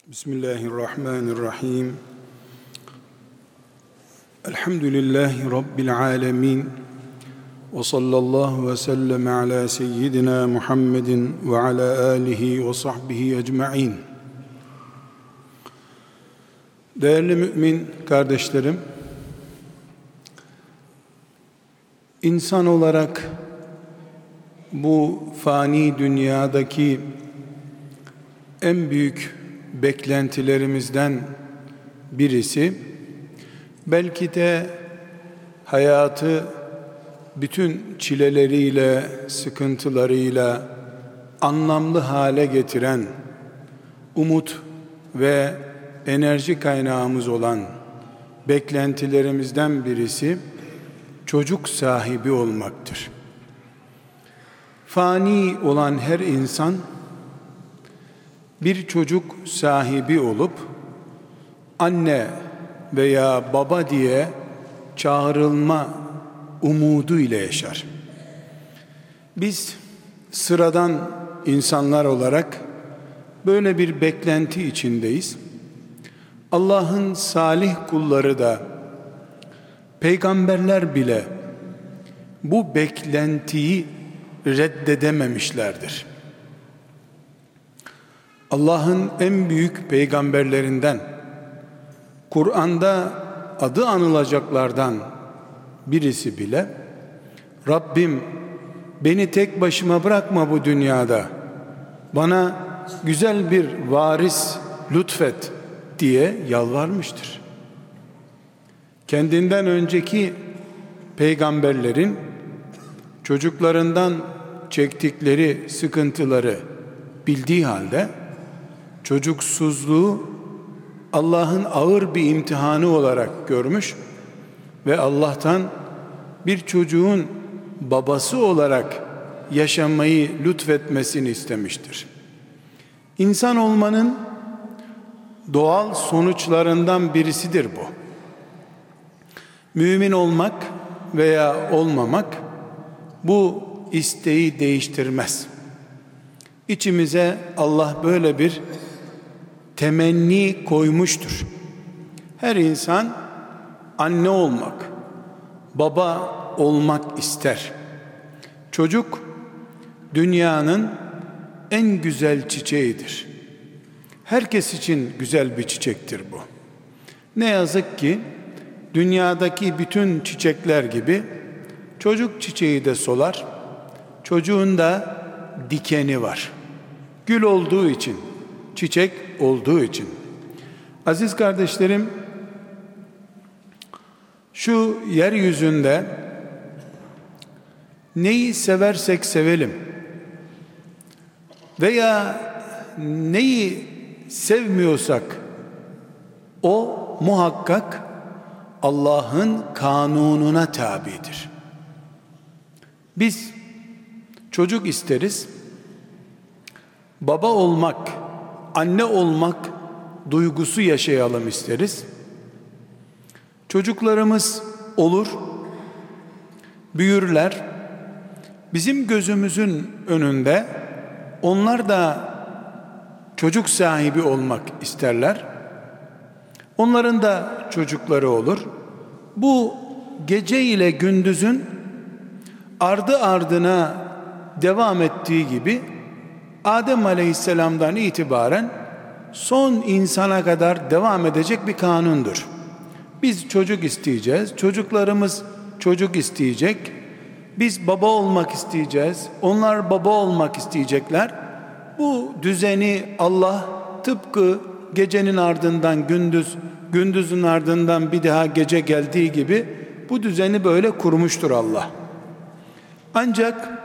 Bismillahirrahmanirrahim. Elhamdülillahi Rabbil alemin. Ve sallallahu ve sellem ala seyyidina Muhammedin ve ala alihi ve sahbihi ecma'in. Değerli mümin kardeşlerim, insan olarak bu fani dünyadaki en büyük beklentilerimizden birisi, belki de hayatı bütün çileleriyle, sıkıntılarıyla anlamlı hale getiren umut ve enerji kaynağımız olan beklentilerimizden birisi çocuk sahibi olmaktır. Fani olan her insan bir çocuk sahibi olup anne veya baba diye çağrılma umudu ile yaşar. Biz sıradan insanlar olarak böyle bir beklenti içindeyiz. Allah'ın salih kulları da, peygamberler bile bu beklentiyi reddedememişlerdir. Allah'ın en büyük peygamberlerinden, Kur'an'da adı anılacaklardan birisi bile, Rabbim beni tek başıma bırakma bu dünyada, bana güzel bir varis lütfet diye yalvarmıştır. Kendinden önceki peygamberlerin çocuklarından çektikleri sıkıntıları bildiği halde çocuksuzluğu Allah'ın ağır bir imtihanı olarak görmüş ve Allah'tan bir çocuğun babası olarak yaşamayı lütfetmesini istemiştir. İnsan olmanın doğal sonuçlarından birisidir bu. Mümin olmak veya olmamak bu isteği değiştirmez. İçimize Allah böyle bir temenni koymuştur. Her insan anne olmak, baba olmak ister. Çocuk dünyanın en güzel çiçeğidir. Herkes için güzel bir çiçektir bu. Ne yazık ki dünyadaki bütün çiçekler gibi çocuk çiçeği de solar. Çocuğun da dikeni var. Gül olduğu için, çiçek olduğu için. Aziz kardeşlerim, şu yeryüzünde neyi seversek sevelim veya neyi sevmiyorsak o muhakkak Allah'ın kanununa tabidir. Biz çocuk isteriz. Baba olmak, anne olmak duygusu yaşayalım isteriz. Çocuklarımız olur, büyürler. Bizim gözümüzün önünde onlar da çocuk sahibi olmak isterler. Onların da çocukları olur. Bu gece ile gündüzün ardı ardına devam ettiği gibi Adem Aleyhisselam'dan itibaren son insana kadar devam edecek bir kanundur. Biz çocuk isteyeceğiz, çocuklarımız çocuk isteyecek, biz baba olmak isteyeceğiz, onlar baba olmak isteyecekler. Bu düzeni Allah tıpkı gecenin ardından gündüz, gündüzün ardından bir daha gece geldiği gibi bu düzeni böyle kurmuştur Allah. Ancak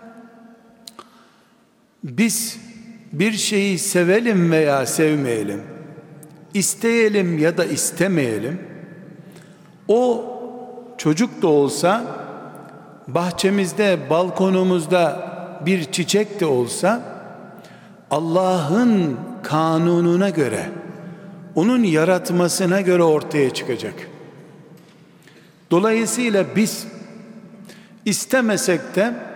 biz bir şeyi sevelim veya sevmeyelim, isteyelim ya da istemeyelim, o çocuk da olsa, bahçemizde, balkonumuzda bir çiçek de olsa, Allah'ın kanununa göre, onun yaratmasına göre ortaya çıkacak. Dolayısıyla biz istemesek de,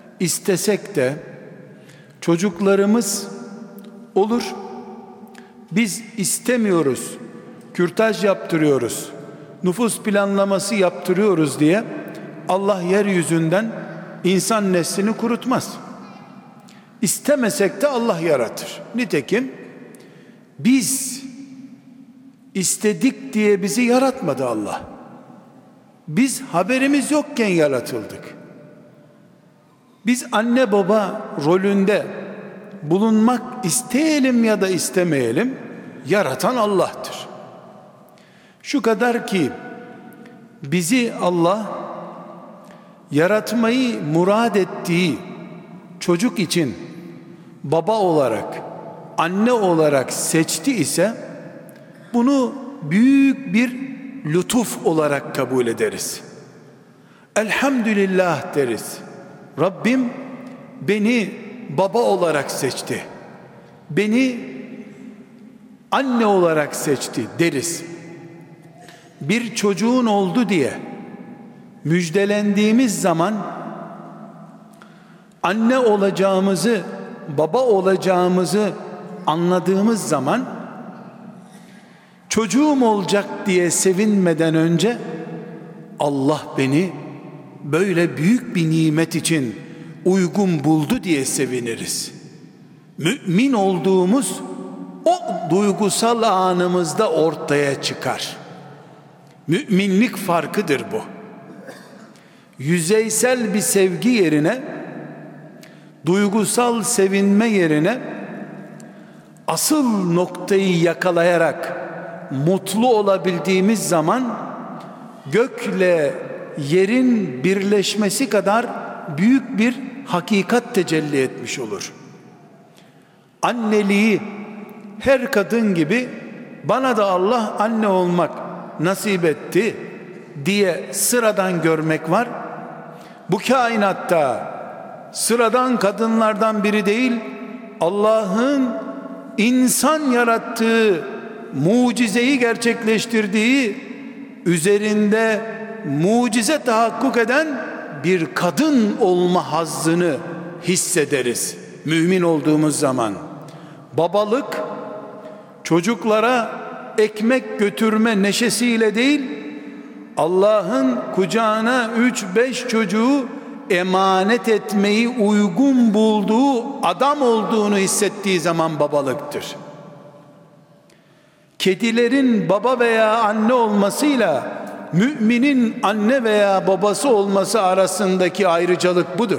istesek de çocuklarımız olur. Biz istemiyoruz, kürtaj yaptırıyoruz, nüfus planlaması yaptırıyoruz diye Allah yeryüzünden insan neslini kurutmaz. İstemesek de Allah yaratır. Nitekim biz istedik diye bizi yaratmadı Allah. Biz haberimiz yokken yaratıldık. Biz anne baba rolünde bulunmak isteyelim ya da istemeyelim, yaratan Allah'tır. Şu kadar ki bizi Allah yaratmayı murad ettiği çocuk için baba olarak, anne olarak seçti ise bunu büyük bir lütuf olarak kabul ederiz. Elhamdülillah deriz. Rabbim beni baba olarak seçti, beni anne olarak seçti deriz. Bir çocuğun oldu diye müjdelendiğimiz zaman anne olacağımızı, baba olacağımızı anladığımız zaman çocuğum olacak diye sevinmeden önce Allah beni böyle büyük bir nimet için uygun buldu diye seviniriz. Mümin olduğumuz o duygusal anımızda ortaya çıkar. Müminlik farkıdır bu. Yüzeysel bir sevgi yerine, duygusal sevinme yerine asıl noktayı yakalayarak mutlu olabildiğimiz zaman gökle yerin birleşmesi kadar büyük bir hakikat tecelli etmiş olur. Anneliği her kadın gibi bana da Allah anne olmak nasip etti diye sıradan görmek var. Bu kainatta sıradan kadınlardan biri değil, Allah'ın insan yarattığı, mucizeyi gerçekleştirdiği, üzerinde mucize tahakkuk eden bir kadın olma hazzını hissederiz mümin olduğumuz zaman. Babalık çocuklara ekmek götürme neşesiyle değil, Allah'ın kucağına 3-5 çocuğu emanet etmeyi uygun bulduğu adam olduğunu hissettiği zaman babalıktır. Kedilerin baba veya anne olmasıyla müminin anne veya babası olması arasındaki ayrıcalık budur.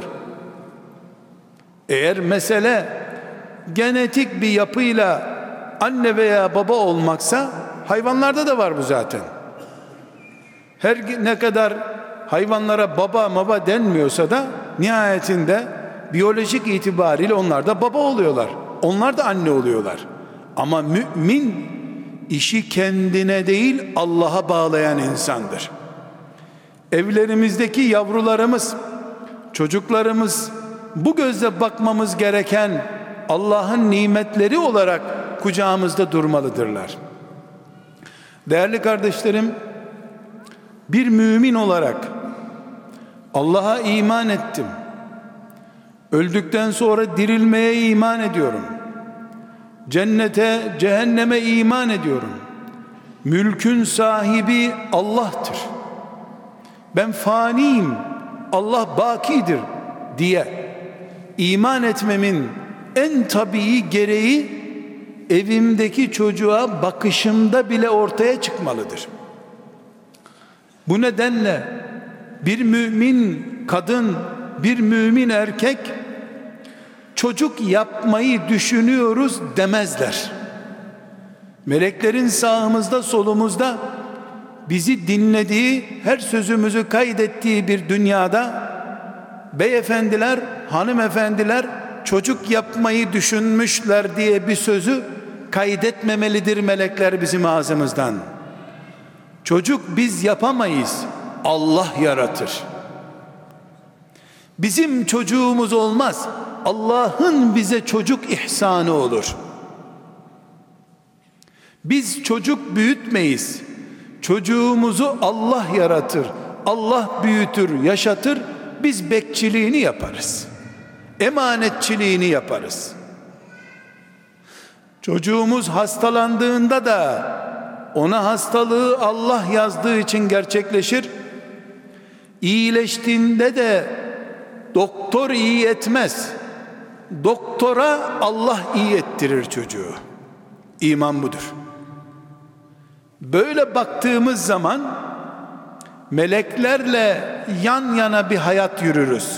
Eğer mesele genetik bir yapıyla anne veya baba olmaksa, hayvanlarda da var bu zaten. Her ne kadar hayvanlara baba denmiyorsa da nihayetinde biyolojik itibariyle onlar da baba oluyorlar. Onlar da anne oluyorlar. Ama mümin işi kendine değil Allah'a bağlayan insandır. Evlerimizdeki yavrularımız, çocuklarımız bu gözle bakmamız gereken Allah'ın nimetleri olarak kucağımızda durmalıdırlar. Değerli kardeşlerim, bir mümin olarak Allah'a iman ettim. Öldükten sonra dirilmeye iman ediyorum. Cennete, cehenneme iman ediyorum. Mülkün sahibi Allah'tır. Ben faniyim, Allah bakidir diye iman etmemin en tabii gereği evimdeki çocuğa bakışımda bile ortaya çıkmalıdır. Bu nedenle bir mümin kadın, bir mümin erkek çocuk yapmayı düşünüyoruz demezler. Meleklerin sağımızda solumuzda bizi dinlediği, her sözümüzü kaydettiği bir dünyada beyefendiler, hanımefendiler çocuk yapmayı düşünmüşler diye bir sözü kaydetmemelidir melekler bizim ağzımızdan. Çocuk biz yapamayız, Allah yaratır. Bizim çocuğumuz olmaz, Allah'ın bize çocuk ihsanı olur. Biz çocuk büyütmeyiz. Çocuğumuzu Allah yaratır, Allah büyütür, yaşatır. Biz bekçiliğini yaparız, emanetçiliğini yaparız. Çocuğumuz hastalandığında da ona hastalığı Allah yazdığı için gerçekleşir. İyileştiğinde de doktor iyi etmez. Doktora Allah iyi ettirir çocuğu. İman budur. Böyle baktığımız zaman meleklerle yan yana bir hayat yürürüz.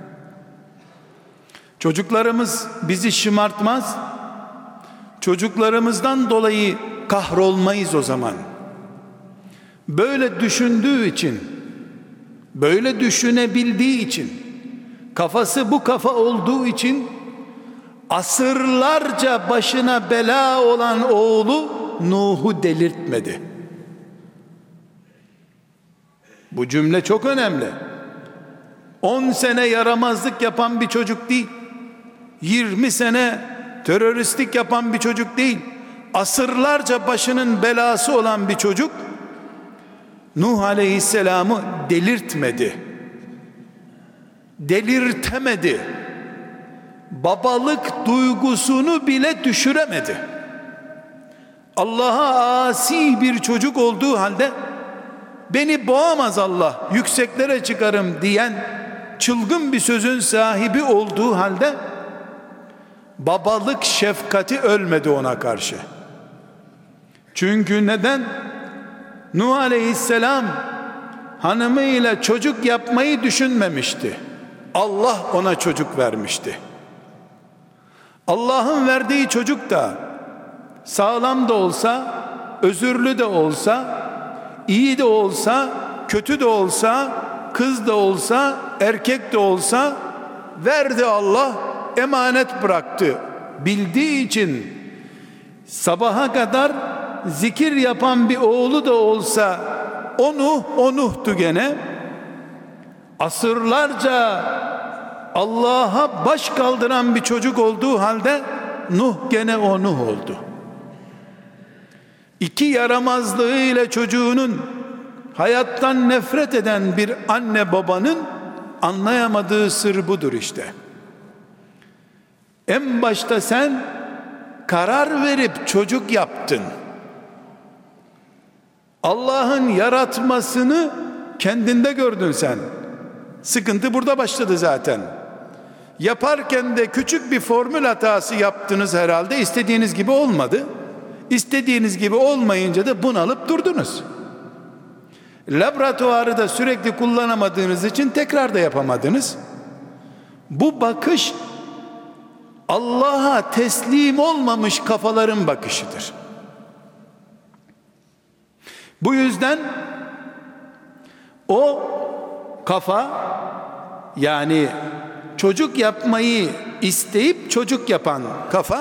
Çocuklarımız bizi şımartmaz. Çocuklarımızdan dolayı kahrolmayız o zaman. Böyle düşündüğü için, böyle düşünebildiği için, kafası bu kafa olduğu için asırlarca başına bela olan oğlu Nuh'u delirtmedi. Bu cümle çok önemli. 10 sene yaramazlık yapan bir çocuk değil. 20 sene teröristlik yapan bir çocuk değil. Asırlarca başının belası olan bir çocuk Nuh Aleyhisselam'ı delirtmedi. Delirtemedi. Babalık duygusunu bile düşüremedi. Allah'a asi bir çocuk olduğu halde beni boğamaz Allah, yükseklere çıkarım diyen çılgın bir sözün sahibi olduğu halde babalık şefkati ölmedi ona karşı. Çünkü neden? Nuh Aleyhisselam hanımıyla çocuk yapmayı düşünmemişti. Allah ona çocuk vermişti. Allah'ın verdiği çocuk da sağlam da olsa, özürlü de olsa, iyi de olsa, kötü de olsa, kız da olsa, erkek de olsa verdi Allah, emanet bıraktı. Bildiği için sabaha kadar zikir yapan bir oğlu da olsa o Nuh'tu gene. Asırlarca Allah'a baş kaldıran bir çocuk olduğu halde Nuh gene o Nuh oldu. İki yaramazlığıyla çocuğunun hayattan nefret eden bir anne babanın anlayamadığı sır budur işte. En başta sen karar verip çocuk yaptın. Allah'ın yaratmasını kendinde gördün sen. Sıkıntı burada başladı zaten. Yaparken de küçük bir formül hatası yaptınız herhalde. İstediğiniz gibi olmadı. İstediğiniz gibi olmayınca da bunalıp durdunuz. Laboratuvarı da sürekli kullanamadığınız için tekrar da yapamadınız. Bu bakış Allah'a teslim olmamış kafaların bakışıdır. Bu yüzden o kafa, yani çocuk yapmayı isteyip çocuk yapan kafa,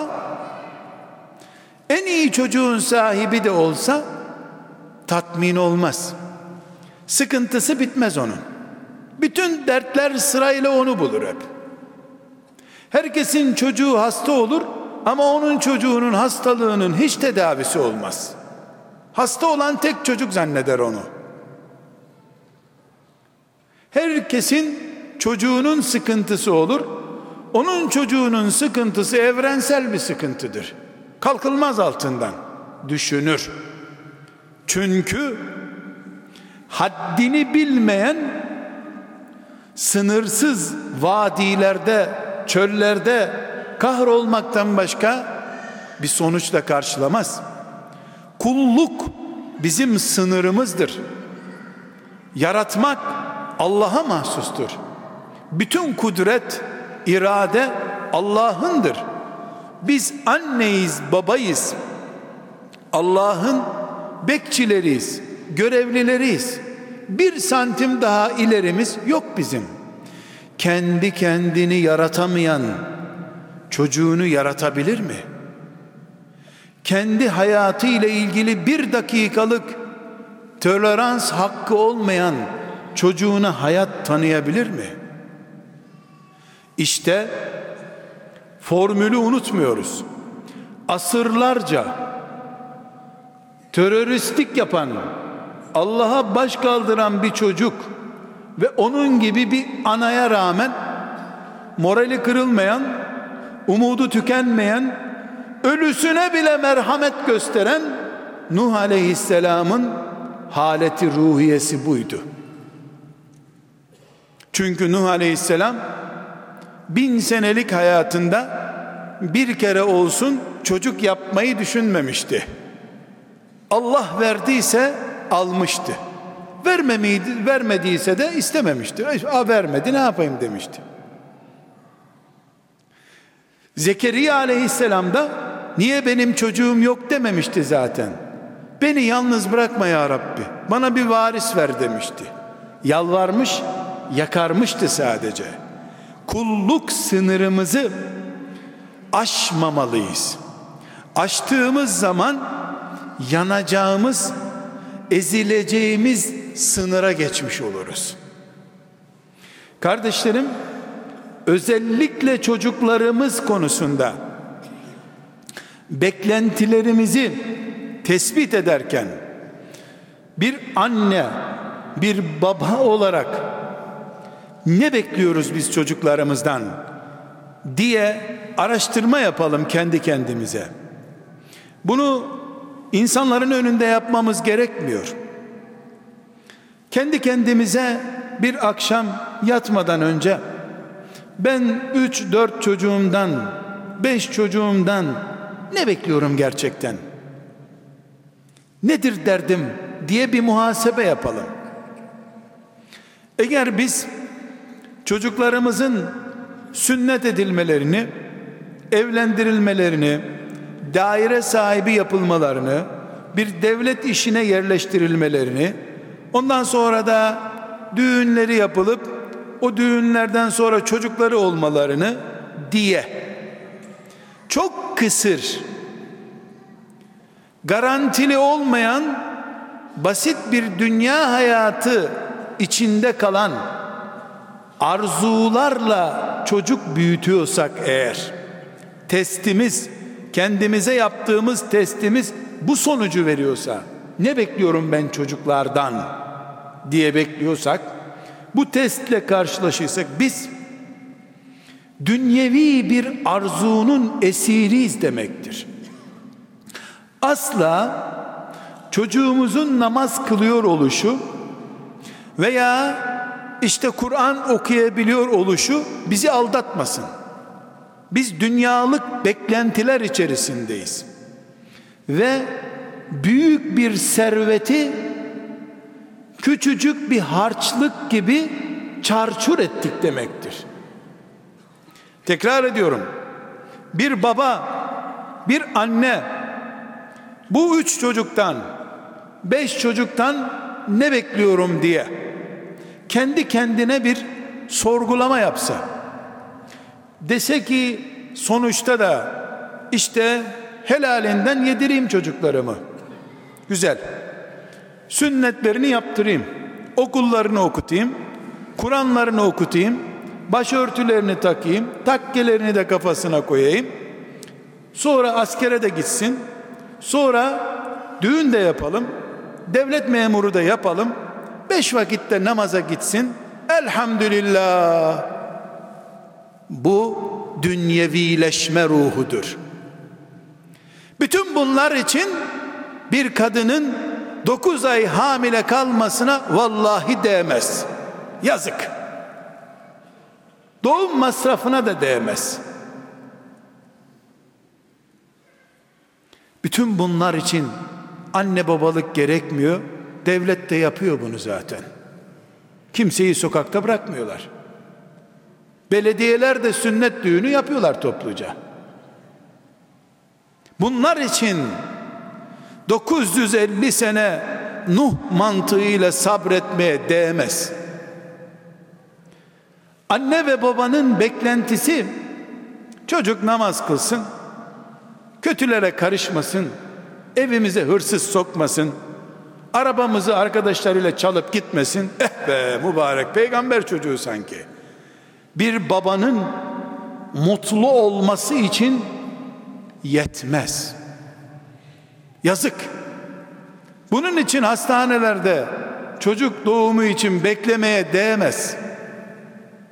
en iyi çocuğun sahibi de olsa tatmin olmaz. Sıkıntısı bitmez onun. Bütün dertler sırayla onu bulur hep. Herkesin çocuğu hasta olur ama onun çocuğunun hastalığının hiç tedavisi olmaz. Hasta olan tek çocuk zanneder onu. Herkesin çocuğunun sıkıntısı olur. Onun çocuğunun sıkıntısı evrensel bir sıkıntıdır. Kalkılmaz altından. Düşünür. Çünkü haddini bilmeyen sınırsız vadilerde, çöllerde kahrolmaktan başka bir sonuçla karşılamaz. Kulluk bizim sınırımızdır. Yaratmak Allah'a mahsustur. Bütün kudret, irade Allah'ındır. Biz anneyiz, babayız. Allah'ın bekçileriyiz, görevlileriyiz. 1 santim daha ilerimiz yok bizim. Kendi kendini yaratamayan çocuğunu yaratabilir mi? Kendi hayatı ile ilgili 1 dakikalık tolerans hakkı olmayan çocuğuna hayat tanıyabilir mi? İşte formülü unutmuyoruz. Asırlarca teröristlik yapan, Allah'a baş kaldıran bir çocuk ve onun gibi bir anaya rağmen morali kırılmayan, umudu tükenmeyen, ölüsüne bile merhamet gösteren Nuh Aleyhisselam'ın haleti ruhiyesi buydu. Çünkü Nuh Aleyhisselam 1000 senelik hayatında bir kere olsun çocuk yapmayı düşünmemişti. Allah verdiyse almıştı. Vermediyse de istememişti. Vermedi, ne yapayım demişti. Zekeriya Aleyhisselam da niye benim çocuğum yok dememişti zaten. Beni yalnız bırakma ya Rabbi, bana bir varis ver demişti. Yalvarmış, yakarmıştı sadece. Kulluk sınırımızı aşmamalıyız. Aştığımız zaman yanacağımız, ezileceğimiz sınıra geçmiş oluruz. Kardeşlerim, özellikle çocuklarımız konusunda beklentilerimizi tespit ederken bir anne, bir baba olarak ne bekliyoruz biz çocuklarımızdan diye araştırma yapalım kendi kendimize. Bunu insanların önünde yapmamız gerekmiyor. Kendi kendimize bir akşam yatmadan önce ben 3-4 çocuğumdan, 5 çocuğumdan ne bekliyorum gerçekten? Nedir derdim diye bir muhasebe yapalım. Eğer biz çocuklarımızın sünnet edilmelerini, evlendirilmelerini, daire sahibi yapılmalarını, bir devlet işine yerleştirilmelerini, ondan sonra da düğünleri yapılıp o düğünlerden sonra çocukları olmalarını diye çok kısır, garantili olmayan, basit bir dünya hayatı içinde kalan arzularla çocuk büyütüyorsak eğer, testimiz, kendimize yaptığımız testimiz bu sonucu veriyorsa, ne bekliyorum ben çocuklardan diye bekliyorsak, bu testle karşılaşırsak biz dünyevi bir arzunun esiriyiz demektir. Asla çocuğumuzun namaz kılıyor oluşu veya işte Kur'an okuyabiliyor oluşu bizi aldatmasın. Biz dünyalık beklentiler içerisindeyiz ve büyük bir serveti küçücük bir harçlık gibi çarçur ettik demektir. Tekrar ediyorum, bir baba, bir anne bu 3 çocuktan, 5 çocuktan ne bekliyorum diye kendi kendine bir sorgulama yapsa, dese ki sonuçta da işte helalinden yedireyim çocuklarımı, güzel, sünnetlerini yaptırayım, okullarını okutayım, Kur'anlarını okutayım, başörtülerini takayım, takkelerini de kafasına koyayım, sonra askere de gitsin, sonra düğün de yapalım, devlet memuru da yapalım, 5 vakitte namaza gitsin, elhamdülillah. Bu dünyevileşme ruhudur. Bütün bunlar için bir kadının 9 ay hamile kalmasına vallahi değmez. Yazık. Doğum masrafına da değmez. Bütün bunlar için anne babalık gerekmiyor. Devlet de yapıyor bunu zaten. Kimseyi sokakta bırakmıyorlar. Belediyeler de sünnet düğünü yapıyorlar topluca. Bunlar için 950 sene Nuh mantığıyla sabretmeye değmez. Anne ve babanın beklentisi çocuk namaz kılsın, kötülere karışmasın, evimize hırsız sokmasın, arabamızı arkadaşlarıyla çalıp gitmesin. Be mübarek peygamber çocuğu sanki. Bir babanın mutlu olması için yetmez. Yazık. Bunun için hastanelerde çocuk doğumu için beklemeye değmez.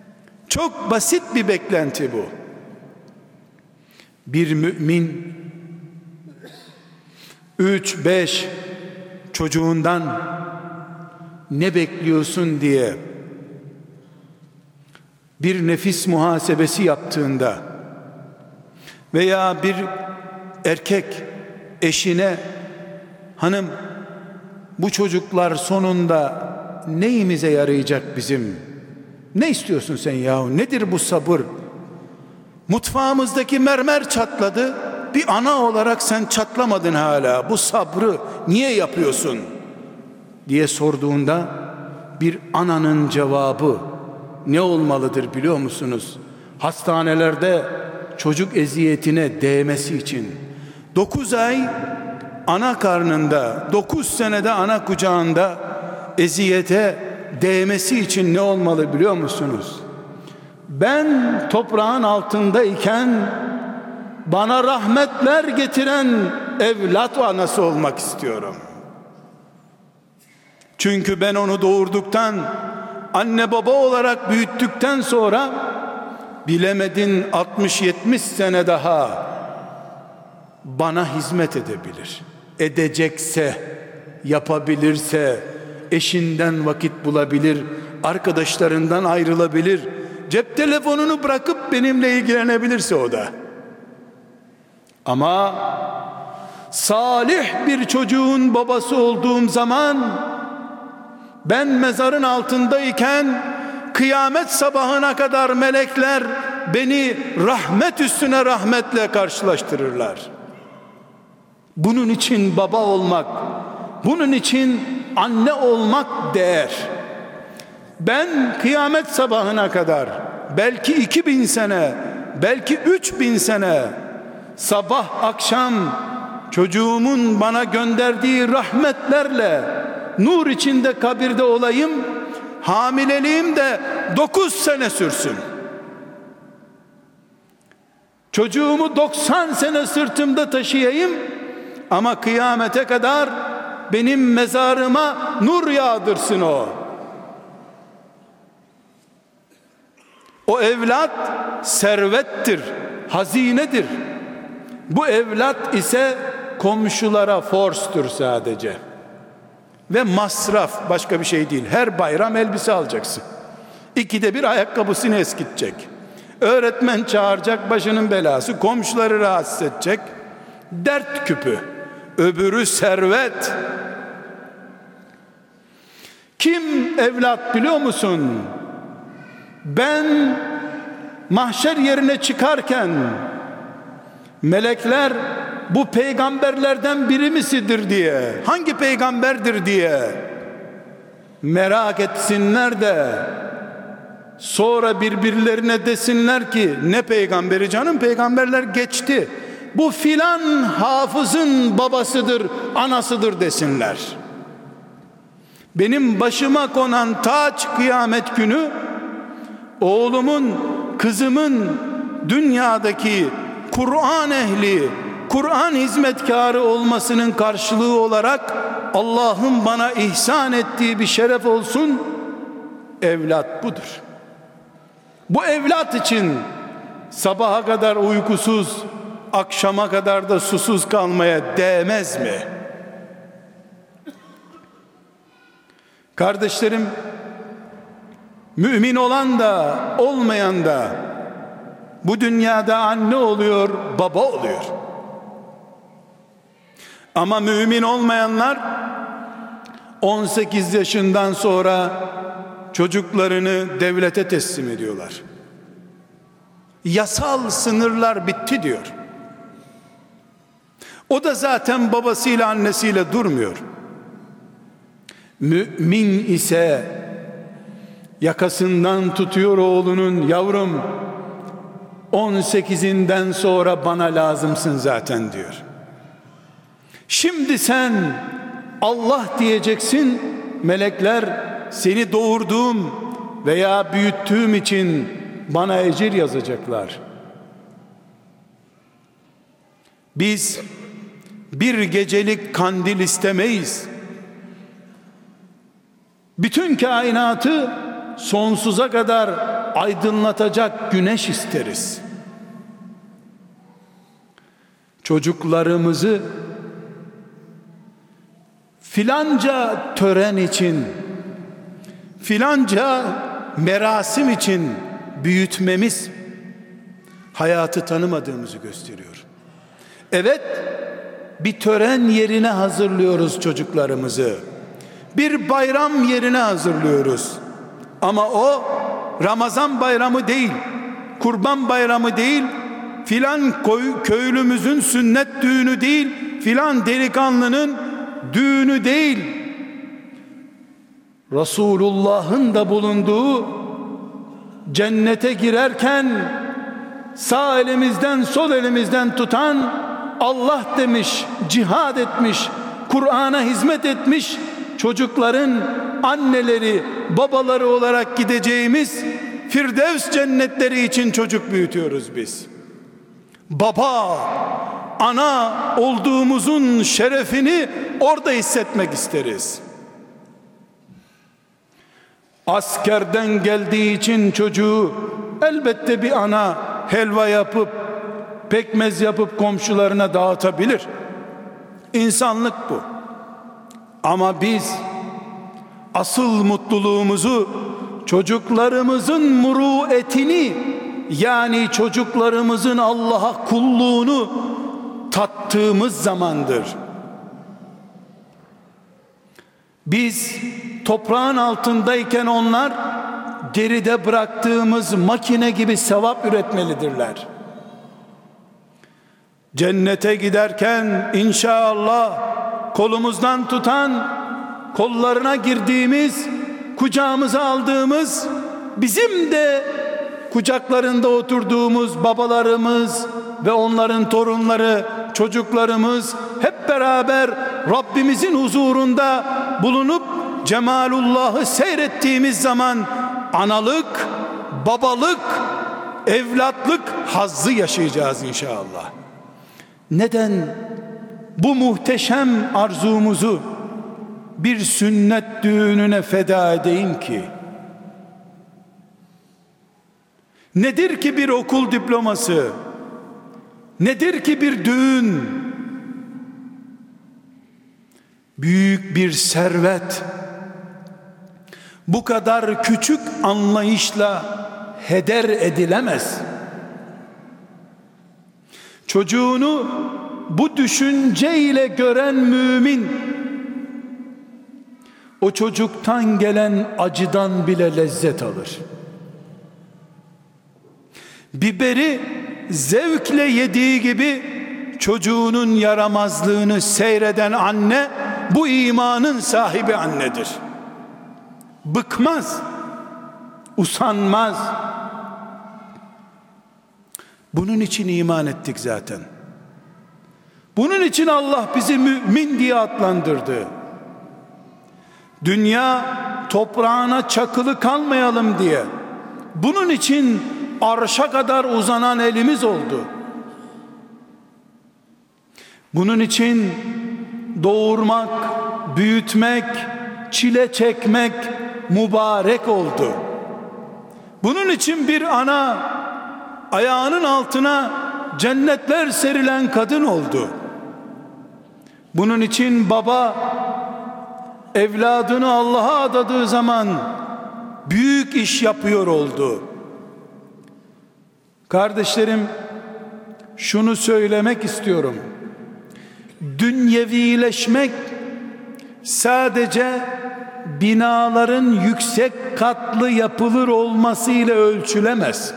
Çok basit bir beklenti bu. Bir mümin 3, 5 çocuğundan ne bekliyorsun diye bir nefis muhasebesi yaptığında veya bir erkek eşine, hanım bu çocuklar sonunda neyimize yarayacak bizim? Ne istiyorsun sen yahu? Nedir bu sabır? Mutfağımızdaki mermer çatladı. Bir ana olarak sen çatlamadın hala. Bu sabrı niye yapıyorsun? Diye sorduğunda bir ananın cevabı ne olmalıdır biliyor musunuz? Hastanelerde çocuk eziyetine değmesi için 9 ay ana karnında, 9 senede ana kucağında eziyete değmesi için ne olmalı biliyor musunuz? Ben toprağın altındayken bana rahmetler getiren evlat anası olmak istiyorum. Çünkü ben onu doğurduktan, anne baba olarak büyüttükten sonra bilemedin 60-70 sene daha bana hizmet edebilir. Edecekse, yapabilirse, eşinden vakit bulabilir, arkadaşlarından ayrılabilir, cep telefonunu bırakıp benimle ilgilenebilirse o da. Ama salih bir çocuğun babası olduğum zaman, ben mezarın altındayken kıyamet sabahına kadar melekler beni rahmet üstüne rahmetle karşılaştırırlar. Bunun için baba olmak, bunun için anne olmak değer. Ben kıyamet sabahına kadar, belki 2000 sene, belki 3000 sene, sabah akşam çocuğumun bana gönderdiği rahmetlerle nur içinde kabirde olayım, hamileliğim de 9 sene sürsün. Çocuğumu 90 sene sırtımda taşıyayım ama kıyamete kadar benim mezarıma nur yağdırsın o. O evlat servettir, hazinedir. Bu evlat ise komşulara forstur sadece. Ve masraf, başka bir şey değil. Her bayram elbise alacaksın. 2'de 1 ayakkabısını eskitecek. Öğretmen çağıracak, başının belası. Komşuları rahatsız edecek. Dert küpü. Öbürü servet. Kim evlat biliyor musun? Ben mahşer yerine çıkarken melekler bu peygamberlerden biri misidir diye, hangi peygamberdir diye merak etsinler de sonra birbirlerine desinler ki ne peygamberi canım, peygamberler geçti, bu filan hafızın babasıdır, anasıdır desinler. Benim başıma konan taç kıyamet günü, oğlumun, kızımın dünyadaki Kur'an ehli, Kur'an hizmetkarı olmasının karşılığı olarak Allah'ın bana ihsan ettiği bir şeref olsun. Evlat budur. Bu evlat için sabaha kadar uykusuz, akşama kadar da susuz kalmaya değmez mi? Kardeşlerim, mümin olan da olmayan da bu dünyada anne oluyor, baba oluyor. Ama mümin olmayanlar 18 yaşından sonra çocuklarını devlete teslim ediyorlar. Yasal sınırlar bitti diyor. O da zaten babasıyla annesiyle durmuyor. Mümin ise yakasından tutuyor oğlunun, yavrum 18'inden sonra bana lazımsın zaten diyor. Şimdi sen Allah diyeceksin, melekler seni doğurduğum veya büyüttüğüm için bana ecir yazacaklar. Biz bir gecelik kandil istemeyiz. Bütün kainatı sonsuza kadar aydınlatacak güneş isteriz. Çocuklarımızı filanca tören için, filanca merasim için büyütmemiz hayatı tanımadığımızı gösteriyor. Evet, bir tören yerine hazırlıyoruz çocuklarımızı. Bir bayram yerine hazırlıyoruz. Ama o Ramazan bayramı değil, Kurban bayramı değil, filan köylümüzün sünnet düğünü değil, filan delikanlının düğünü değil. Resulullah'ın da bulunduğu, cennete girerken sağ elimizden sol elimizden tutan, Allah demiş, cihad etmiş, Kur'an'a hizmet etmiş çocukların anneleri, babaları olarak gideceğimiz Firdevs cennetleri için çocuk büyütüyoruz biz. Baba, ana olduğumuzun şerefini orada hissetmek isteriz. Askerden geldiği için çocuğu elbette bir ana helva yapıp, pekmez yapıp komşularına dağıtabilir. İnsanlık bu. Ama biz asıl mutluluğumuzu çocuklarımızın muruetini, yani çocuklarımızın Allah'a kulluğunu tattığımız zamandır. Biz toprağın altındayken onlar geride bıraktığımız makine gibi sevap üretmelidirler. Cennete giderken inşallah kolumuzdan tutan, kollarına girdiğimiz, kucağımıza aldığımız, bizim de kucaklarında oturduğumuz babalarımız ve onların torunları, çocuklarımız hep beraber Rabbimizin huzurunda bulunup cemalullah'ı seyrettiğimiz zaman analık, babalık, evlatlık hazzı yaşayacağız inşallah. Neden bu muhteşem arzumuzu bir sünnet düğününe feda edeyim ki? Nedir ki bir okul diploması? Nedir ki bir düğün? Büyük bir servet bu kadar küçük anlayışla heder edilemez. Çocuğunu bu düşünceyle gören mümin, o çocuktan gelen acıdan bile lezzet alır. Biberi zevkle yediği gibi çocuğunun yaramazlığını seyreden anne, bu imanın sahibi annedir. Bıkmaz, usanmaz. Bunun için iman ettik zaten. Bunun için Allah bizi mümin diye adlandırdı. Dünya toprağına çakılı kalmayalım diye. Bunun için arşa kadar uzanan elimiz oldu. Bunun için doğurmak, büyütmek, çile çekmek mübarek oldu. Bunun için bir ana ayağının altına cennetler serilen kadın oldu. Bunun için baba evladını Allah'a adadığı zaman büyük iş yapıyor oldu. Kardeşlerim, şunu söylemek istiyorum. Dünyevileşmek sadece binaların yüksek katlı yapılır olmasıyla ölçülemez.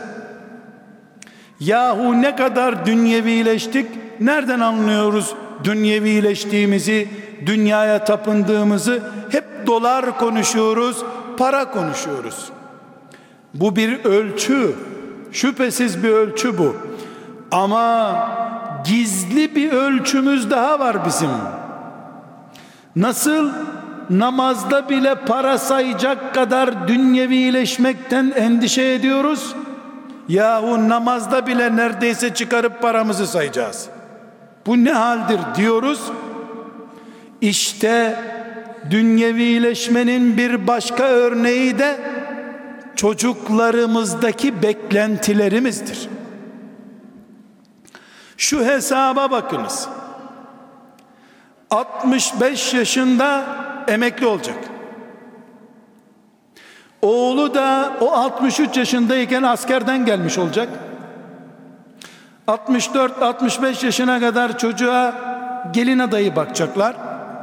Yahu ne kadar dünyevileştik? Nereden anlıyoruz dünyevileştiğimizi, dünyaya tapındığımızı? Hep dolar konuşuyoruz, para konuşuyoruz. Bu bir ölçü, şüphesiz bir ölçü bu. Ama gizli bir ölçümüz daha var bizim. Nasıl namazda bile para sayacak kadar dünyevileşmekten endişe ediyoruz? Yahu namazda bile neredeyse çıkarıp paramızı sayacağız. Bu ne haldir diyoruz. İşte dünyevileşmenin bir başka örneği de çocuklarımızdaki beklentilerimizdir. Şu hesaba bakınız. 65 yaşında emekli olacak. Oğlu da o 63 yaşındayken askerden gelmiş olacak. 64-65 yaşına kadar çocuğa gelin adayı bakacaklar.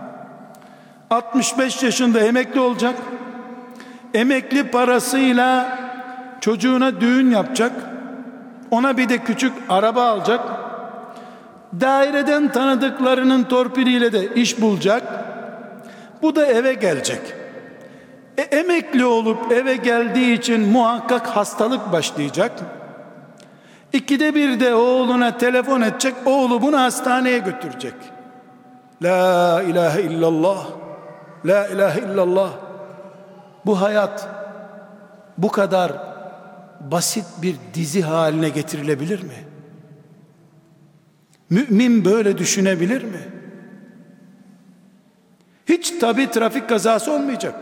65 yaşında emekli olacak. Emekli parasıyla çocuğuna düğün yapacak. Ona bir de küçük araba alacak. Daireden tanıdıklarının torpiliyle de iş bulacak. Bu da eve gelecek. Emekli olup eve geldiği için muhakkak hastalık başlayacak. 2'de 1 de oğluna telefon edecek. Oğlu bunu hastaneye götürecek. La ilahe illallah. La ilahe illallah. Bu hayat bu kadar basit bir dizi haline getirilebilir mi? Mümin böyle düşünebilir mi? Hiç tabii trafik kazası olmayacak.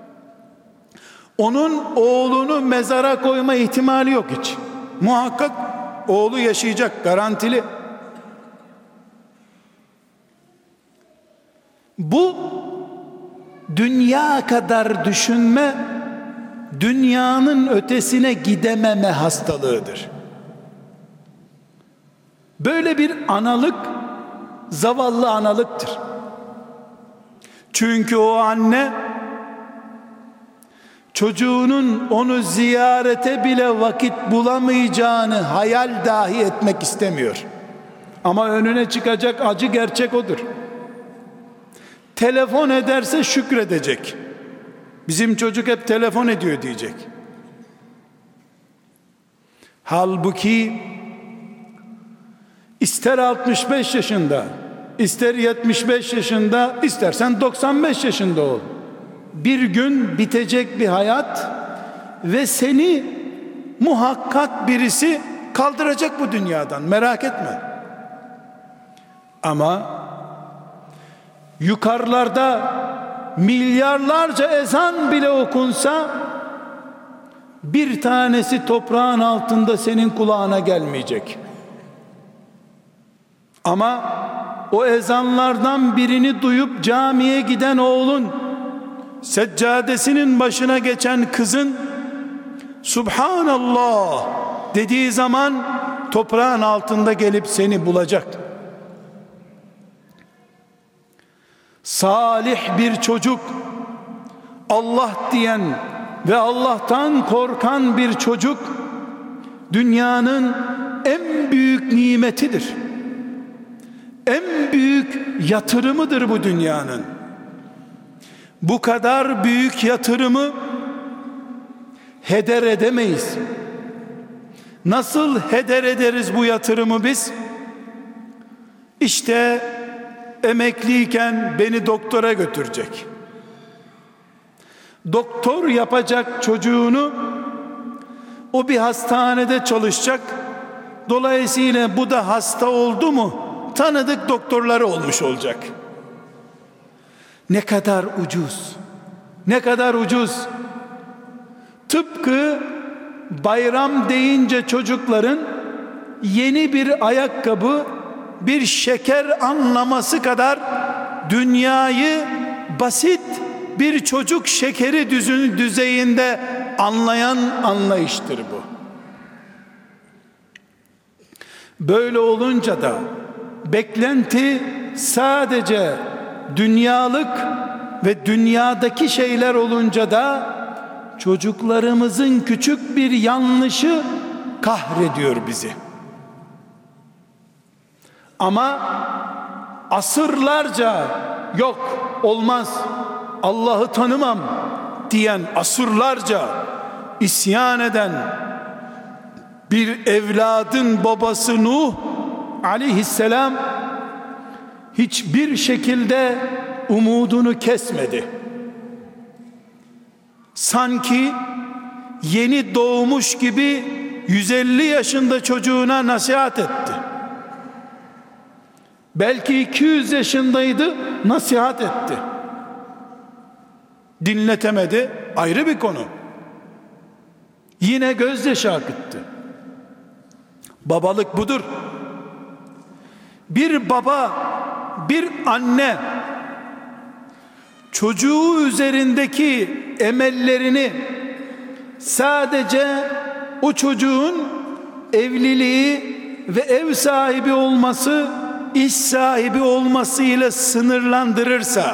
Onun oğlunu mezara koyma ihtimali yok hiç. Muhakkak oğlu yaşayacak, garantili. Bu dünya kadar düşünme, dünyanın ötesine gidememe hastalığıdır. Böyle bir analık zavallı analıktır. Çünkü o anne çocuğunun onu ziyarete bile vakit bulamayacağını hayal dahi etmek istemiyor. Ama önüne çıkacak acı gerçek odur. Telefon ederse şükredecek. Bizim çocuk hep telefon ediyor diyecek. Halbuki ister 65 yaşında, ister 75 yaşında, istersen 95 yaşında ol. Bir gün bitecek bir hayat ve seni muhakkak birisi kaldıracak bu dünyadan, merak etme. Ama yukarılarda milyarlarca ezan bile okunsa bir tanesi toprağın altında senin kulağına gelmeyecek. Ama o ezanlardan birini duyup camiye giden oğlun, seccadesinin başına geçen kızın Subhanallah dediği zaman toprağın altında gelip seni bulacak. Salih bir çocuk, Allah diyen ve Allah'tan korkan bir çocuk dünyanın en büyük nimetidir. En büyük yatırımıdır bu dünyanın. Bu kadar büyük yatırımı heder edemeyiz. Nasıl heder ederiz bu yatırımı biz? İşte emekliyken beni doktora götürecek. Doktor yapacak çocuğunu, o bir hastanede çalışacak. Dolayısıyla bu da hasta oldu mu tanıdık doktorları olmuş olacak. Ne kadar ucuz, ne kadar ucuz. Tıpkı bayram deyince çocukların yeni bir ayakkabı, bir şeker anlaması kadar dünyayı basit bir çocuk şekeri düzeyinde anlayan anlayıştır bu. Böyle olunca da beklenti sadece dünyalık ve dünyadaki şeyler olunca da çocuklarımızın küçük bir yanlışı kahrediyor bizi. Ama asırlarca yok olmaz, Allah'ı tanımam diyen, asırlarca isyan eden bir evladın babası Nuh aleyhisselam hiçbir şekilde umudunu kesmedi. Sanki yeni doğmuş gibi 150 yaşında çocuğuna nasihat etti. Belki 200 yaşındaydı, nasihat etti. Dinletemedi, ayrı bir konu. Yine gözyaşı akıttı. Babalık budur. Bir baba, bir anne çocuğu üzerindeki emellerini sadece o çocuğun evliliği ve ev sahibi olması, iş sahibi olmasıyla sınırlandırırsa,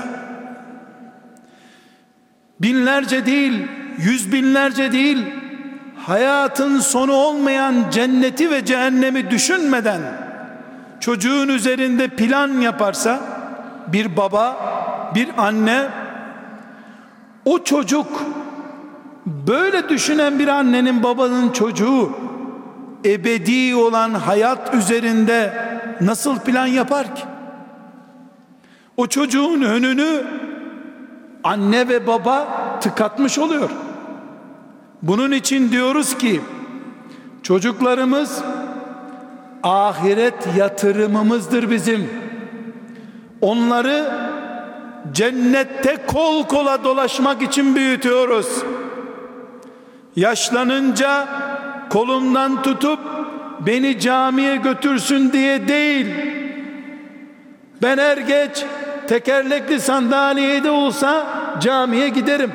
binlerce değil, yüz binlerce değil, hayatın sonu olmayan cenneti ve cehennemi düşünmeden çocuğun üzerinde plan yaparsa bir baba, bir anne, o çocuk, böyle düşünen bir annenin, babanın çocuğu ebedi olan hayat üzerinde nasıl plan yapar ki? O çocuğun önünü anne ve baba tıkatmış oluyor. Bunun için diyoruz ki çocuklarımız ahiret yatırımımızdır bizim. Onları cennette kol kola dolaşmak için büyütüyoruz. Yaşlanınca kolumdan tutup beni camiye götürsün diye değil, ben er geç tekerlekli sandalyede olsa camiye giderim.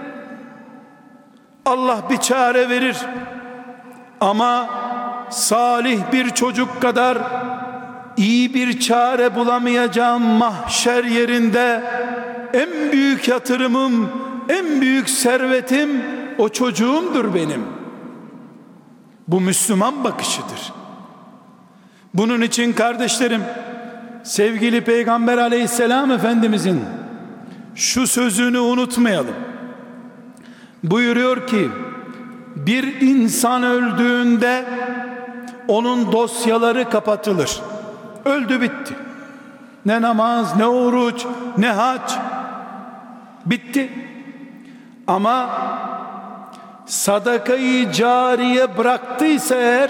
Allah bir çare verir. Ama salih bir çocuk kadar iyi bir çare bulamayacağım mahşer yerinde en büyük yatırımım, en büyük servetim o çocuğumdur benim. Bu Müslüman bakışıdır. Bunun için kardeşlerim, sevgili Peygamber Aleyhisselam Efendimizin şu sözünü unutmayalım. Buyuruyor ki, bir insan öldüğünde onun dosyaları kapatılır. Öldü, bitti. Ne namaz, ne oruç, ne hac, bitti. Ama sadakayı cariye bıraktıysa eğer,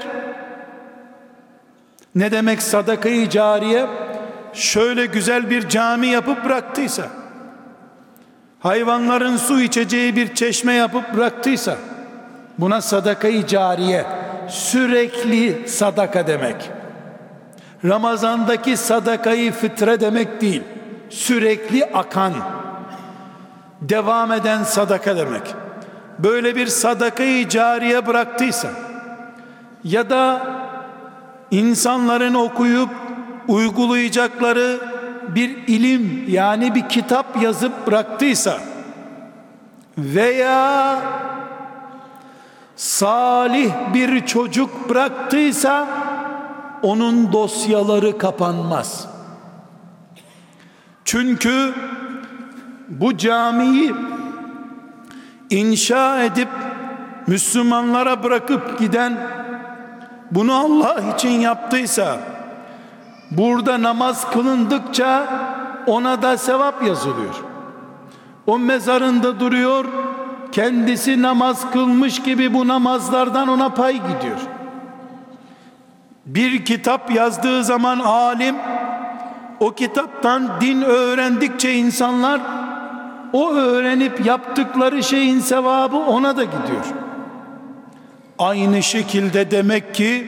ne demek sadakayı cariye? Şöyle güzel bir cami yapıp bıraktıysa, hayvanların su içeceği bir çeşme yapıp bıraktıysa, buna sadakayı cariye, sürekli sadaka demek. Ramazandaki sadakayı fıtre demek değil, sürekli akan, devam eden sadaka demek. Böyle bir sadakayı cariye bıraktıysa ya da insanların okuyup uygulayacakları bir ilim, yani bir kitap yazıp bıraktıysa veya salih bir çocuk bıraktıysa onun dosyaları kapanmaz. Çünkü bu camiyi inşa edip Müslümanlara bırakıp giden, bunu Allah için yaptıysa, burada namaz kılındıkça ona da sevap yazılıyor. O mezarında duruyor, kendisi namaz kılmış gibi bu namazlardan ona pay gidiyor. Bir kitap yazdığı zaman alim, o kitaptan din öğrendikçe insanlar, o öğrenip yaptıkları şeyin sevabı ona da gidiyor. Aynı şekilde demek ki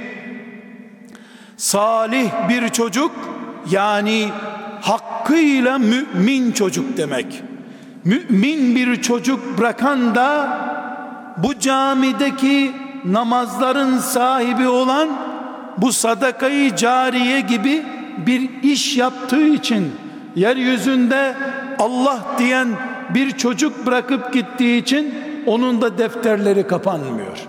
salih bir çocuk, yani hakkıyla mümin çocuk demek. Mümin bir çocuk bırakan da bu camideki namazların sahibi olan, bu sadakayı cariye gibi bir iş yaptığı için, yeryüzünde Allah diyen bir çocuk bırakıp gittiği için onun da defterleri kapanmıyor.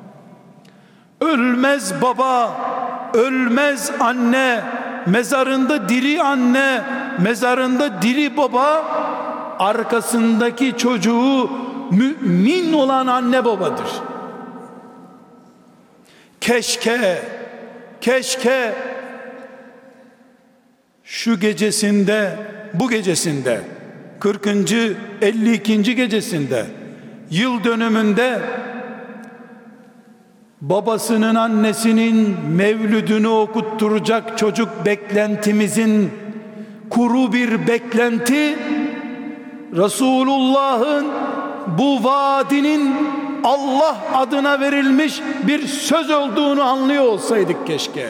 Ölmez baba, ölmez anne, mezarında diri anne, mezarında diri baba, arkasındaki çocuğu mümin olan anne babadır. Keşke şu gecesinde, bu gecesinde, 40. 52. gecesinde, yıl dönümünde babasının, annesinin mevlüdünü okutturacak çocuk beklentimizin kuru bir beklenti, Resulullah'ın bu vaadinin Allah adına verilmiş bir söz olduğunu anlıyor olsaydık keşke.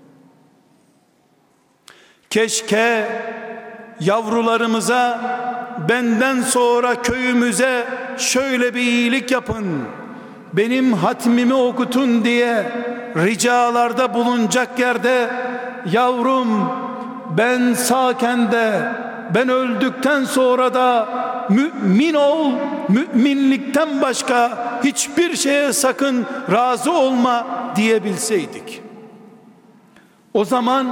Keşke yavrularımıza benden sonra köyümüze şöyle bir iyilik yapın, benim hatmimi okutun diye ricalarda bulunacak yerde, yavrum ben sağken de ben öldükten sonra da mümin ol, müminlikten başka hiçbir şeye sakın razı olma diyebilseydik, o zaman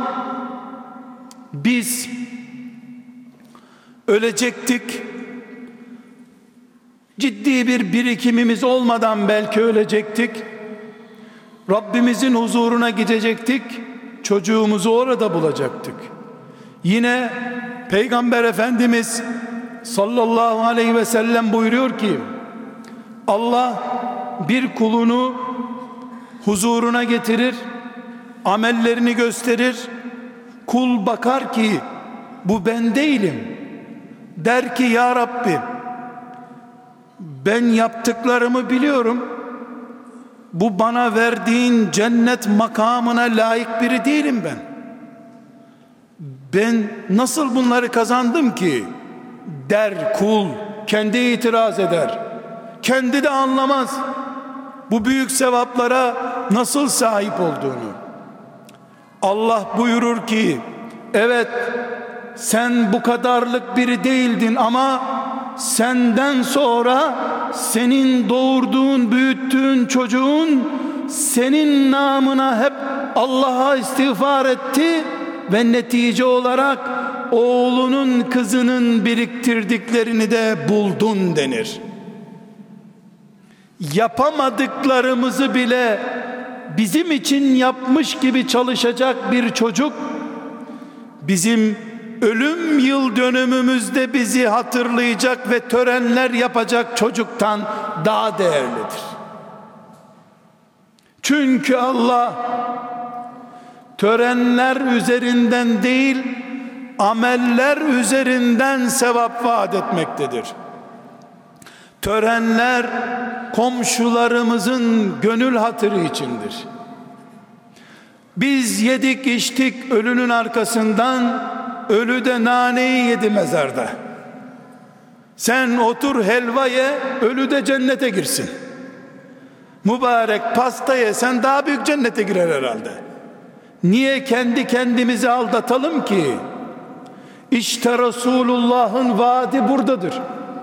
biz ölecektik. Ciddi bir birikimimiz olmadan belki ölecektik. Rabbimizin huzuruna gidecektik. Çocuğumuzu orada bulacaktık. Yine Peygamber Efendimiz sallallahu aleyhi ve sellem buyuruyor ki, Allah bir kulunu huzuruna getirir, amellerini gösterir. Kul bakar ki bu ben değilim. Der ki ya Rabbi, ben yaptıklarımı biliyorum. Bu bana verdiğin cennet makamına layık biri değilim ben. Ben nasıl bunları kazandım ki? Der kul, kendi itiraz eder. Kendi de anlamaz bu büyük sevaplara nasıl sahip olduğunu. Allah buyurur ki, evet sen bu kadarlık biri değildin ama senden sonra senin doğurduğun, büyüttüğün çocuğun senin namına hep Allah'a istiğfar etti ve netice olarak oğlunun, kızının biriktirdiklerini de buldun denir. Yapamadıklarımızı bile bizim için yapmış gibi çalışacak bir çocuk, bizim ölüm yıl dönümümüzde bizi hatırlayacak ve törenler yapacak çocuktan daha değerlidir. Çünkü Allah törenler üzerinden değil, ameller üzerinden sevap vaat etmektedir. Törenler komşularımızın gönül hatırı içindir. Biz yedik içtik ölünün arkasından, ölü de naneyi yedi mezarda. Sen otur helva ye, ölü de cennete girsin. Mübarek pasta ye, sen daha büyük cennete girer herhalde. Niye kendi kendimizi aldatalım ki? İşte Resulullah'ın vaadi buradadır.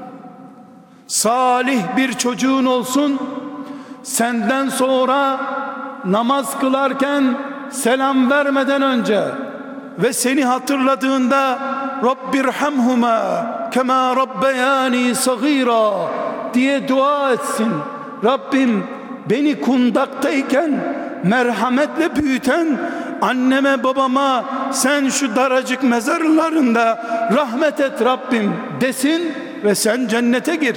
Salih bir çocuğun olsun, senden sonra namaz kılarken selam vermeden önce ve seni hatırladığında Rabbirhamhuma kema rabbeyani sagira diye dua etsin. Rabbim beni kundaktayken merhametle büyüten anneme babama sen şu daracık mezarlarında rahmet et Rabbim desin ve sen cennete gir.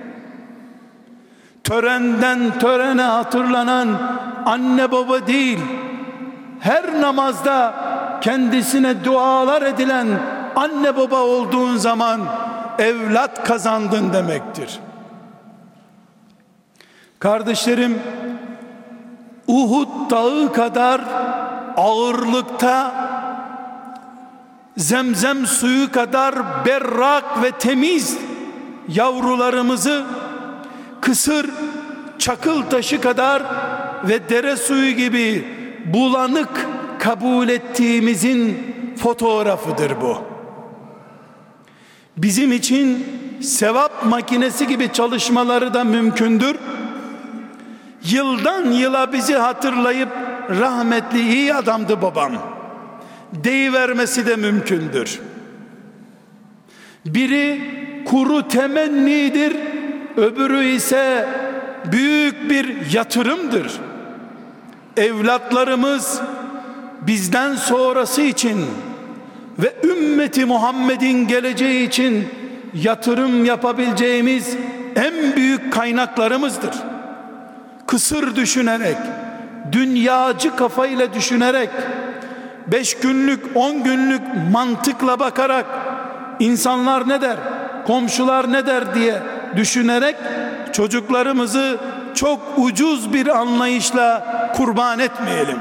Törenden törene hatırlanan anne baba değil, her namazda kendisine dualar edilen anne baba olduğun zaman evlat kazandın demektir. Kardeşlerim, Uhud dağı kadar ağırlıkta, Zemzem suyu kadar berrak ve temiz yavrularımızı kısır çakıl taşı kadar ve dere suyu gibi bulanık kabul ettiğimizin fotoğrafıdır bu. Bizim için sevap makinesi gibi çalışmaları da mümkündür. Yıldan yıla bizi hatırlayıp rahmetli iyi adamdı babam deyivermesi de mümkündür. Biri kuru temennidir, öbürü ise büyük bir yatırımdır. Evlatlarımız bizden sonrası için ve ümmeti Muhammed'in geleceği için yatırım yapabileceğimiz en büyük kaynaklarımızdır. Kısır düşünerek, dünyacı kafayla düşünerek, 5 günlük 10 günlük mantıkla bakarak insanlar ne der, komşular ne der diye düşünerek çocuklarımızı çok ucuz bir anlayışla kurban etmeyelim.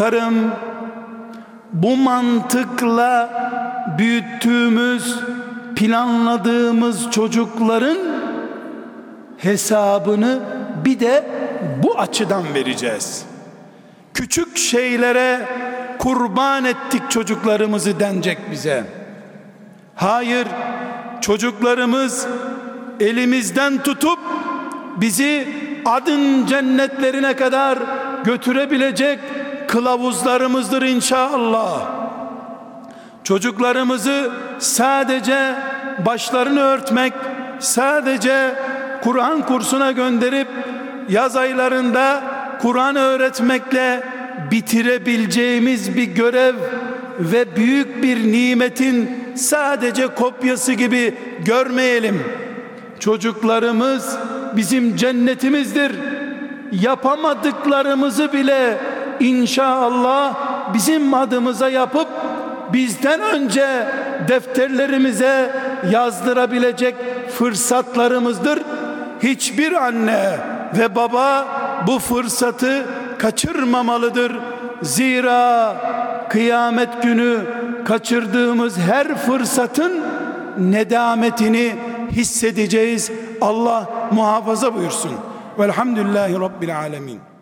Korkarım bu mantıkla büyüttüğümüz planladığımız çocukların hesabını bir de bu açıdan vereceğiz. Küçük şeylere kurban ettik çocuklarımızı denecek bize. Hayır, çocuklarımız elimizden tutup bizi adın cennetlerine kadar götürebilecek kılavuzlarımızdır inşallah. Çocuklarımızı sadece başlarını örtmek, sadece Kur'an kursuna gönderip yaz aylarında Kur'an öğretmekle bitirebileceğimiz bir görev ve büyük bir nimetin sadece kopyası gibi görmeyelim. Çocuklarımız bizim cennetimizdir. Yapamadıklarımızı bile inşallah bizim adımıza yapıp bizden önce defterlerimize yazdırabilecek fırsatlarımızdır. Hiçbir anne ve baba bu fırsatı kaçırmamalıdır. Zira kıyamet günü kaçırdığımız her fırsatın nedametini hissedeceğiz. Allah muhafaza buyursun. Velhamdülillahi Rabbil alemin.